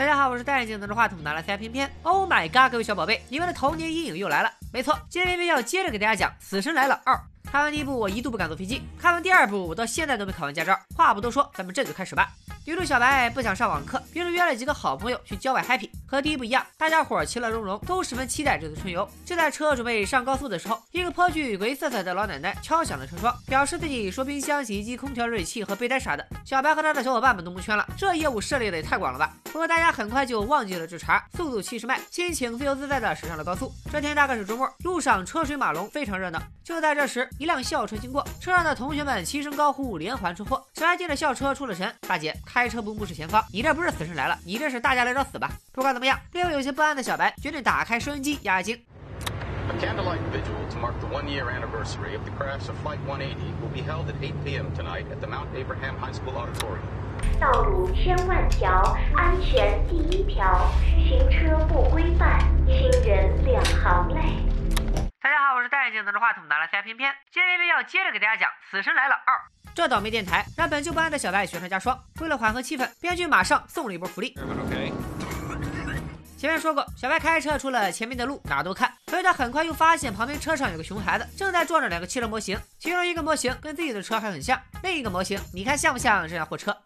大家好，我是戴眼镜拿着话筒拿了3篇片。Oh my god， 各位小宝贝，你们的童年阴影又来了。没错，今天要接着给大家讲《死神来了2》。看完第一部，我一度不敢坐飞机；看完第二部，我到现在都没考完驾照。话不多说，咱们这就开始吧。女主小白不想上网课，于是约了几个好朋友去郊外 happy。和第一部一样，大家伙其乐融融，都十分期待这次春游。就在车准备上高速的时候，一个颇具鬼色彩的老奶奶敲响了车窗，表示自己说冰箱、洗衣机、空调、热水器和备胎啥的。小白和他的小伙伴们都蒙圈了，这业务涉猎的也太广了吧？不过大家很快就忘记了这茬，速度70迈，心情自由自在的驶上了高速。这天大概是周末，路上车水马龙，非常热闹。就在这时，一辆校车经过，车上的同学们齐声高呼连环车祸。小白见着校车出了神，大姐，开车不目视前方，你这不是死神来了，你这是大家来找死吧？不管怎么样，略微有些不安的小白决定打开收音机压压惊。 A candlelight vigil to mark the one-year anniversary of the crash of Flight 180 will be held at 8 p.m. tonight at the Mount Abraham High School Auditorium. 道路千万条，安全第一条，行车不规范，行人两行泪。 大家好，我是戴眼镜拿着话筒拿了3篇片。今天要接着给大家讲《死神来了2》。这倒霉电台让本就不安的小白雪上加霜。为了缓和气氛，编剧马上送了一波福利。前面说过，小白开车出了前面的路，哪都看。可是他很快又发现旁边车上有个熊孩子，正在撞着2个汽车模型，其中一个模型跟自己的车还很像，另一个模型你看像不像这辆货车？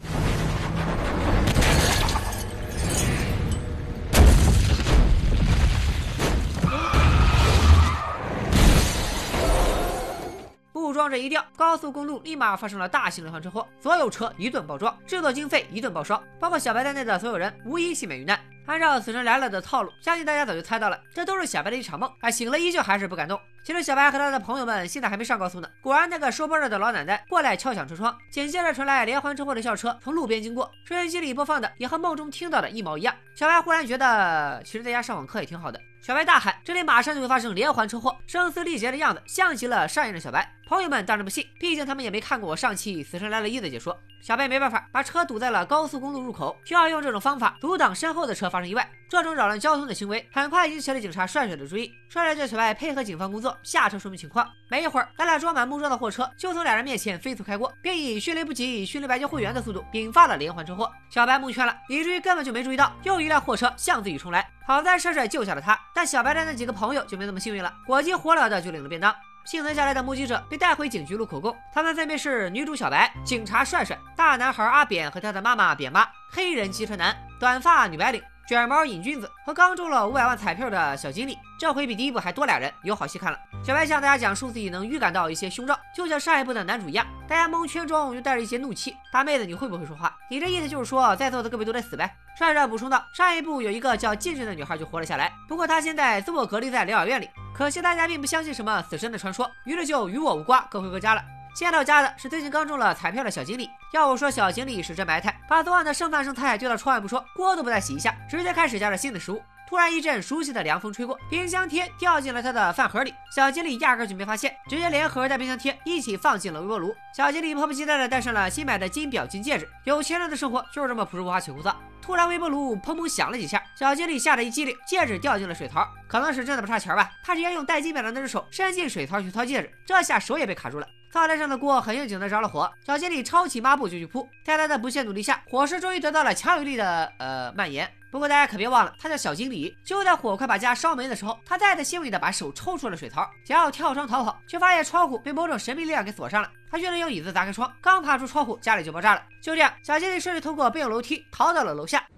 木桩这一掉，高速公路立马发生了大型连环车祸，所有车一顿爆撞，制作经费一顿爆烧，包括小白在内的所有人无一幸免于难。按照死神来了的套路，相信大家早就猜到了，这都是小白的一场梦。醒了依旧还是不敢动。其实小白和他的朋友们现在还没上高速呢。果然那个说波热的老奶奶过来敲响车窗，紧接着传来连环车祸的校车从路边经过，收音机里播放的也和梦中听到的一模一样。小白忽然觉得，其实在家上网课也挺好的。小白大喊，这里马上就会发生连环车祸，声嘶力竭的样子像极了上瘾的小白。朋友们当然不信，毕竟他们也没看过我上期《死神来了1》的解说。小白没办法，把车堵在了高速公路入口，就要用这种方法阻挡身后的车发生意外。这种扰乱交通的行为很快引起了警察帅帅的注意。帅帅叫小白配合警方工作，下车说明情况。没一会儿，来了装满木桩的货车就从2人面前飞速开过，并以迅雷不及迅雷百交汇元的速度引发了连环车祸。小白蒙圈了，以至于根本就没注意到又一辆货车向自己冲来。好在帅帅救下了他，但小白的那几个朋友就没那么幸运了，火急火燎的就领了便当。幸存下来的目击者被带回警局录口供，他们分别是女主小白、警察帅帅、大男孩阿扁和他的妈妈扁妈、黑人机车男、短发女白领、卷毛瘾君子和刚中了500万彩票的小经理。这回比第一部还多2人，有好戏看了。小白向大家讲述自己能预感到一些凶兆，就像上一部的男主一样。大家蒙圈中又带着一些怒气，大妹子你会不会说话？你这意思就是说在座的各位都得死呗？帅帅补充道，上一部有一个叫静静的女孩就活了下来，不过她现在自我隔离在疗养院里。可惜大家并不相信什么死神的传说，于是就与我无瓜，各回各家了。先到家的是最近刚中了彩票的小经理，要我说小经理是真埋汰，把昨晚的剩饭剩菜丢到窗外不说，锅都不带洗一下，直接开始加热新的食物。突然一阵熟悉的凉风吹过，冰箱贴掉进了他的饭盒里，小经理压根就没发现，直接连盒带冰箱贴一起放进了微波炉。小经理迫不及待地戴上了新买的金表金戒指，有钱人的生活就是这么朴实无华且枯燥。突然微波炉砰砰响了几下，小经理吓得一激灵，戒指掉进了水槽，可能是真的不差钱吧，他直接用戴金表的那只手伸进水槽去掏戒指，这下手也被卡住了。灶台上的锅很应景的着了火，小经理抄起抹布就去扑，在他的不懈努力下，火势终于得到了强有力的蔓延。不过大家可别忘了，他叫小经理。就在火快把家烧没的时候，他再次幸运的把手抽出了水槽，想要跳窗逃跑，却发现窗户被某种神秘力量给锁上了。他居然用椅子砸开窗，刚爬出窗户，家里就爆炸了。就这样，小经理顺利通过备用楼梯逃到了楼下。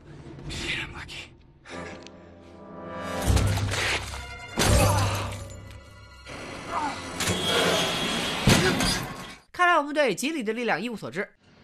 看来我们对锦鲤的力量一无所知。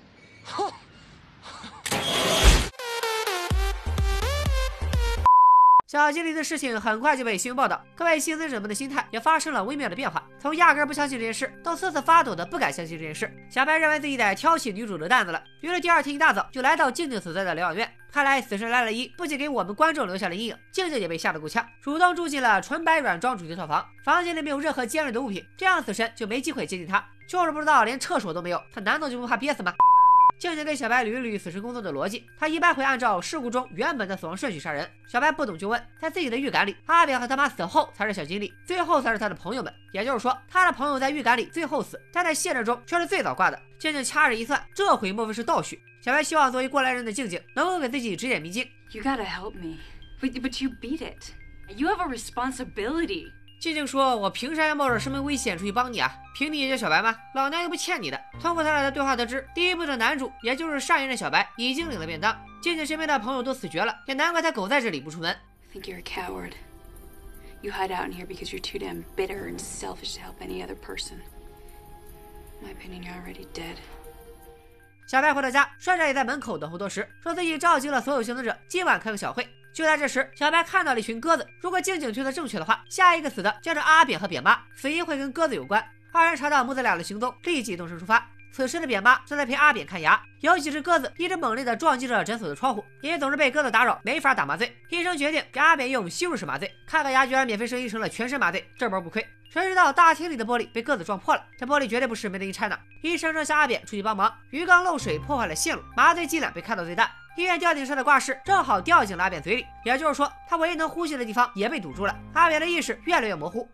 小经理的事情很快就被新闻报道，各位幸存者们的心态也发生了微妙的变化，从压根不相信这件事到瑟瑟发抖的不敢相信这件事。小白认为自己得挑起女主的担子了，于是第2天一大早就来到静静所在的疗养院。看来死神来了1不仅给我们观众留下了阴影，静静也被吓得够呛，主动住进了纯白软装主题套房，房间里没有任何尖锐的物品，这样死神就没机会接近他。就是不知道连厕所都没有，他难道就不怕憋死吗？ 静静给小白捋一捋死神工作的逻辑，他一般会按照事故中原本的死亡顺序杀人。小白不懂就问，在自己的预感里，阿扁和他妈死后才是小经理，最后才是他的朋友们。也就是说，他的朋友在预感里最后死，但在现实中却是最早挂的。静静掐指一算，这回莫非是倒叙？小白希望作为过来人的静静能够给自己指点迷津。 You gotta help me, but you beat it. You have a responsibility. 静静说：“我凭啥要冒着生命危险出去帮你啊？凭你也叫小白吗？老娘又不欠你的。”通过他俩的对话得知，第一部的男主也就是上一任小白已经领了便当，静静身边的朋友都死绝了，也难怪他苟在这里不出门。 I think you're a coward. You hide out in here because you're too damn bitter and selfish to help any other person. In my opinion, you're already dead. 小白回到家，帅帅也在门口等候多时，说自己召集了所有幸存者，今晚开个小会。就在这时，小白看到了一群鸽子。如果静静推测正确的话，下一个死的将是阿扁和扁妈，死因会跟鸽子有关。二人查到母子俩的行踪，立即动身出发。此时的扁妈正在陪阿扁看牙，有几只鸽子一直猛烈地撞击着诊所的窗户，也总是被鸽子打扰，没法打麻醉。医生决定给阿扁用吸入式麻醉，看个牙居然免费升级成了全身麻醉，这波不亏。谁知道大厅里的玻璃被鸽子撞破了，这玻璃绝对不是没得一拆呢。医生让下阿扁出去帮忙，鱼缸漏水破坏了线路，麻醉剂量被开到最大。医院吊顶上的挂饰正好掉进了阿扁嘴里，也就是说，他唯一能呼吸的地方也被堵住了。阿扁的意识越来越模糊。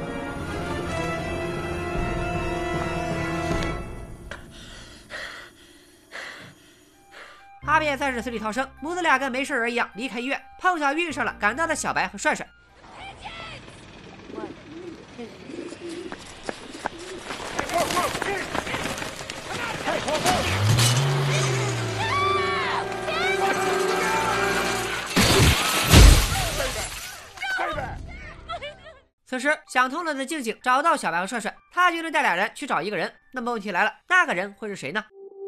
阿扁算是死里逃生，母子俩跟没事人一样离开医院，碰巧遇上了赶到的小白和帅帅。此时想通了的静静找到小白和帅帅，他决定带俩人去找一个人。那么问题来了，那个人会是谁呢？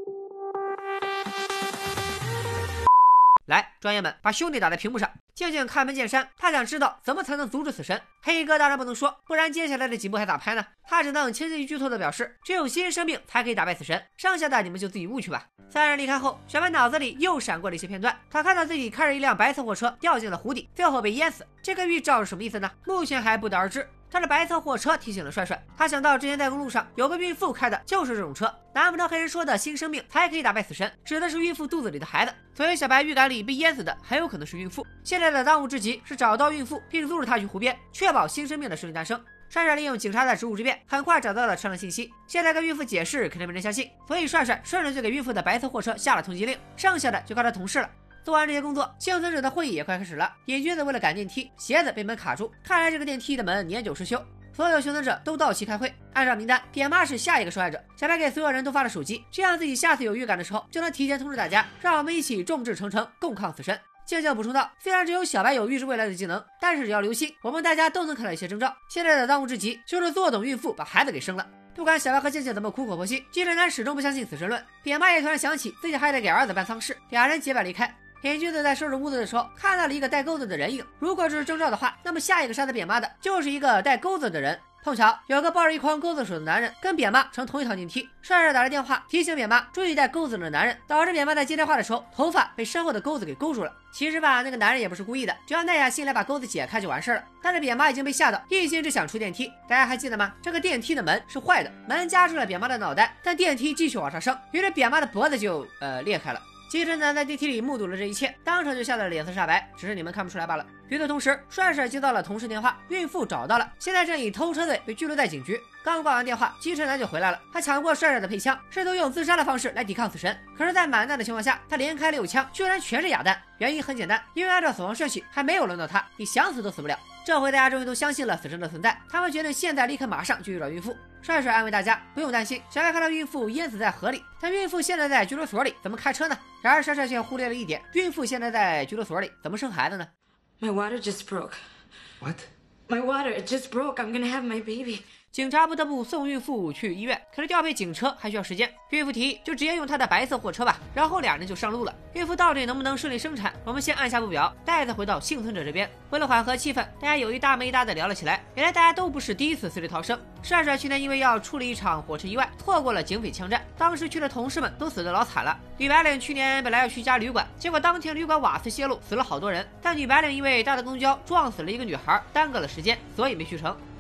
来，专业们把兄弟打在屏幕上。静静开门见山，他想知道怎么才能阻止死神。黑哥当然不能说，不然接下来的几部还咋拍呢？他只能轻轻剧透的表示，只有新生命才可以打败死神，剩下的你们就自己悟去吧。三人离开后，小白脑子里又闪过了一些片段，他看到自己开着一辆白色货车掉进了湖底，最后被淹死。这个预兆是什么意思呢？目前还不得而知。但是白色货车提醒了帅帅，他想到之前在公路上有个孕妇开的就是这种车。难不成黑人说的新生命才可以打败死神，指的是孕妇肚子里的孩子？所以小白预感里被淹死的很有可能是孕妇。现在的当务之急是找到孕妇，并阻止她去湖边，确保新生命的顺利诞生。帅帅利用警察的职务之便，很快找到了车辆信息。现在跟孕妇解释肯定没人相信，所以帅帅顺着就给孕妇的白色货车下了通缉令，剩下的就靠他同事了。做完这些工作，幸存者的会议也快开始了。瘾君子为了赶电梯，鞋子被门卡住，看来这个电梯的门年久失修。所有幸存者都到齐开会，按照名单，扁妈是下一个受害者。小白给所有人都发了手机，这样自己下次有预感的时候就能提前通知大家，让我们一起众志成城，共抗死神。静静补充道，虽然只有小白有预知未来的技能，但是只要留心，我们大家都能看到一些征兆。现在的当务之急就是坐等孕妇把孩子给生了。不管小白和静静怎么苦口婆心，记者男始终不相信死神论。扁妈也突然想起自己还得给儿子办丧事，俩人结拜离开。瘾君子在收拾屋子的时候看到了一个带钩子的人影，如果这是征兆的话，那么下一个杀死扁妈的就是一个带钩子的人。碰巧有个抱着一筐钩子手的男人跟扁妈乘同一趟电梯，帅帅打了电话提醒扁妈注意带钩子的男人，导致扁妈在接电话的时候头发被身后的钩子给勾住了。其实吧，那个男人也不是故意的，只要耐下心来把钩子解开就完事了。但是扁妈已经被吓到，一心只想出电梯。大家还记得吗？这个电梯的门是坏的，门夹住了扁妈的脑袋，但电梯继续往上升，于是扁妈的脖子就裂开了。记者男在电梯里目睹了这一切，当场就吓得脸色煞白，只是你们看不出来罢了。与此同时，帅帅接到了同事电话，孕妇找到了，现在正以偷车罪被拘留在警局。刚挂完电话，记者男就回来了，他抢过帅帅的配枪，试图用自杀的方式来抵抗死神。可是，在满弹的情况下，他连开6枪，居然全是哑弹。原因很简单，因为按照死亡顺序，还没有轮到他，你想死都死不了。这回大家终于都相信了死神的存在，他们决定现在立刻马上就去找孕妇。帅帅安慰大家不用担心，小白看到孕妇淹死在河里，但孕妇现在在拘留所里，怎么开车呢？然而帅帅却忽略了一点，孕妇现在在拘留所里，怎么生孩子呢？ My water just broke. What? My water, it just broke. I'm gonna have my baby. 警察不得不送孕妇去医院，可是调配警车还需要时间。孕妇提议就直接用她的白色货车吧，然后俩人就上路了。孕妇到底能不能顺利生产，我们先按下不表，再回到幸存者这边。为了缓和气氛，大家有一搭没一搭的聊了起来。原来大家都不是第一次死里逃生。帅帅去年因为要处理一场火车意外，错过了警匪枪战，当时去的同事们都死得老惨了。女白领去年本来要去一家旅馆，结果当天旅馆瓦斯泄漏，死了好多人。但女白领因为搭的公交撞死了一个女孩，耽搁了时间，所以没去成。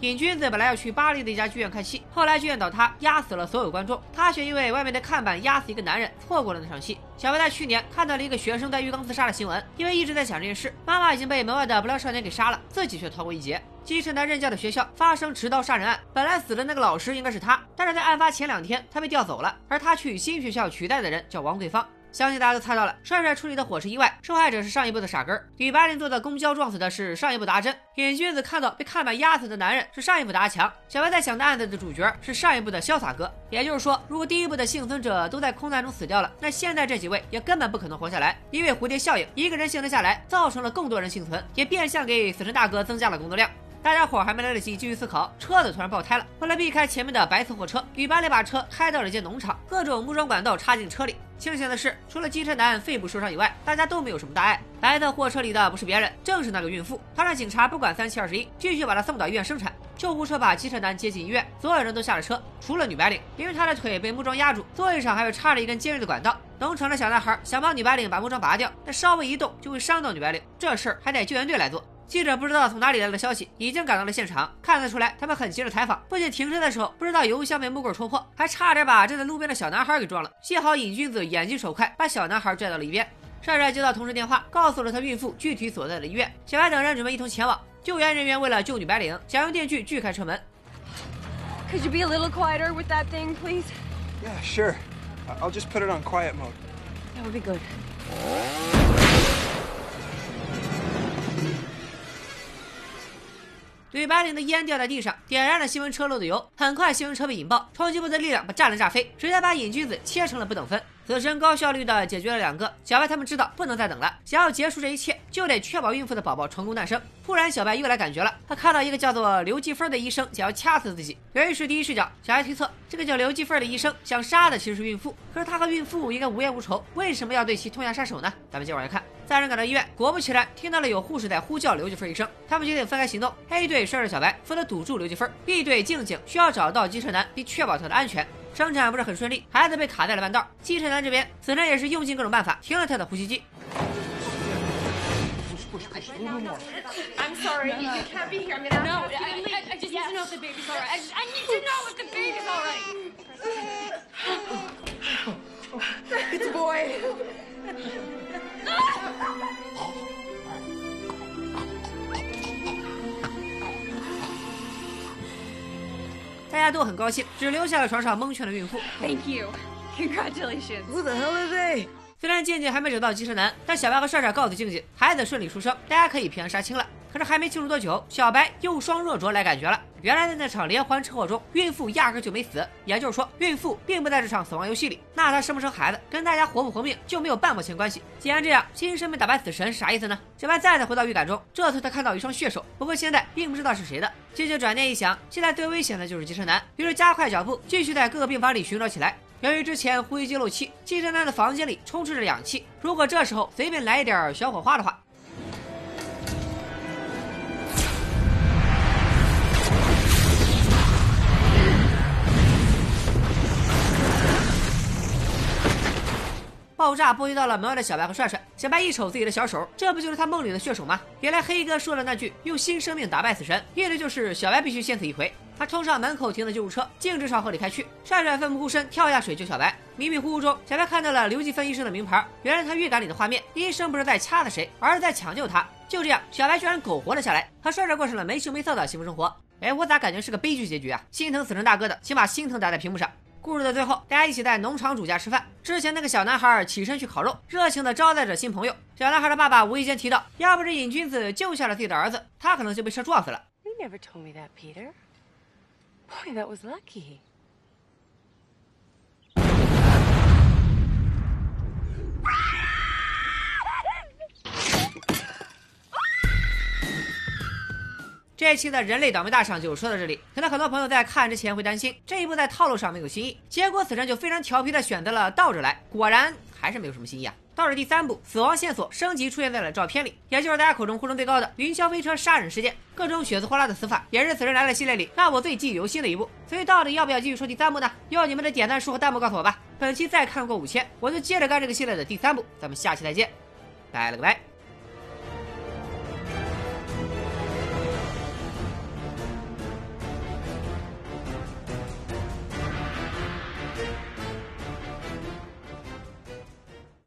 瘾君子本来要去巴黎的一家剧院看戏，后来剧院倒塌，压死了所有观众，他却因为外面的看板压死一个男人，错过了那场戏。小白在去年看到了一个学生在浴缸自杀的新闻，因为一直在想这件事，妈妈已经被门外的不良少年给杀了，自己却逃过一劫。基士南任教的学校发生持刀杀人案，本来死的那个老师应该是他，但是在案发前2天他被调走了，而他去新学校取代的人叫王对方。相信大家都猜到了，帅帅处理的火车意外，受害者是上一部的傻根，吕白灵坐的公交撞死的是上一部的阿珍，瘾君子看到被看板压死的男人是上一部的阿强，小白在想的案子的主角是上一部的潇洒哥。也就是说，如果第一部的幸存者都在空难中死掉了，那现在这几位也根本不可能活下来，因为蝴蝶效应，一个人幸存下来，造成了更多人幸存，也变相给死神大哥增加了工作量。大家伙还没来得及继续思考，车子突然爆胎了。为了避开前面的白色货车，吕白灵把车开到了一间农场，各种木桩管道插进车里。庆幸的是，除了机车男肺部受伤以外，大家都没有什么大碍。白色货车里的不是别人，正是那个孕妇。他让警察不管3721，继续把她送到医院生产。救护车把机车男接进医院，所有人都下了车，除了女白领，因为她的腿被木桩压住，座位上还被插了一根尖锐的管道。农场的小男孩想帮女白领把木桩拔掉，但稍微一动就会伤到女白领，这事儿还得救援队来做。记者不知道从哪里来的消息，已经赶到了现场，看得出来他们很急着采访。不仅停车的时候不知道油箱被木棍戳破，还差点把站在路边的小男孩给撞了。幸好瘾君子眼疾手快，把小男孩拽到了一边。帅帅接到同事电话，告诉了他孕妇具体所在的医院。小白等人准备一同前往。救援人员为了救女白领，想用电锯锯开车门。 Could you be a little quieter with that thing, please? Yeah, sure. I'll just put it on quiet mode. That would be good. 吕白领的烟掉在地上，点燃了新闻车漏的油。很快，新闻车被引爆，冲击波的力量把栅栏炸飞，直接把瘾君子切成了不等分。死神高效率的解决了2个。小白他们知道不能再等了，想要结束这一切，就得确保孕妇的宝宝成功诞生。突然，小白又来感觉了，他看到一个叫做刘继芬的医生想要掐死自己。由于是第一视角，小白推测这个叫刘继芬的医生想杀的其实是孕妇。可是他和孕妇应该无冤无仇，为什么要对其痛下杀手呢？咱们接着往下看。3人赶到医院，果不其然，听到了有护士在呼叫刘继芬医生。他们决定分开行动 ，A 队率着小白负责堵住刘继芬 ，B 队静静需要找到机车男并确保他的安全。生产不是很顺利，孩子被卡在了半道。机车男这边，死神也是用尽各种办法停了他的呼吸机。 I'm sorry, you can't be here. I'm gonna. No, I just need to know if the baby's all right. I need to know if the baby's all right. It's a boy. 大家都很高兴，只留下了床上蒙圈的孕妇。 Thank you. Congratulations. Who the hell are they? 虽然静静还没找到机车男，但小白和帅帅告诉静静，孩子顺利出生，大家可以平安杀青了。可是还没庆祝多久，小白又双若浊来感觉了。原来在那场连环车祸中，孕妇压根就没死，也就是说，孕妇并不在这场死亡游戏里。那她生不生孩子，跟大家活不活命就没有半毛钱关系。既然这样，亲生被打败死神啥意思呢？小白再次回到预感中，这次他看到一双血手，不过现在并不知道是谁的。静静转念一想，现在最危险的就是机车男，于是加快脚步，继续在各个病房里寻找起来。由于之前呼吸机漏气，机车男的房间里充斥着氧气，如果这时候随便来一点小火花的话，爆炸波及到了门外的小白和帅帅。小白一瞅自己的小手，这不就是他梦里的血手吗？原来黑哥说了那句用新生命打败死神，意思就是小白必须先死一回。他冲上门口停的救护车，径直朝河里开去。帅帅奋不顾身跳下水救小白。迷迷糊糊中，小白看到了刘继芬医生的名牌。原来他预感里的画面，医生不是在掐死谁，而是在抢救他。就这样，小白居然苟活了下来。和帅帅过上了没羞没臊的幸福生活。哎，我咋感觉是个悲剧结局啊？心疼死神大哥的，请把心疼打在屏幕上。故事的最后，大家一起在农场主家吃饭。之前那个小男孩起身去烤肉，热情地招待着新朋友。小男孩的爸爸无意间提到，要不是瘾君子救下了自己的儿子，他可能就被车撞死了。 You never told me that, Peter. Boy, that was lucky. 这一期的人类倒霉大赏就说到这里。可能很多朋友在看之前会担心这一部在套路上没有新意，结果死神就非常调皮的选择了倒着来，果然还是没有什么新意啊。倒是第3部死亡线索升级出现在了照片里，也就是大家口中呼声最高的云霄飞车杀人事件，各种血丝呼啦的死法，也是死神来了系列里让我最记忆犹新的一部。所以到底要不要继续说第3部呢？用你们的点赞数和弹幕告诉我吧。本期再看过5000，我就接着干这个系列的第3部。咱们下期再见，拜了个拜。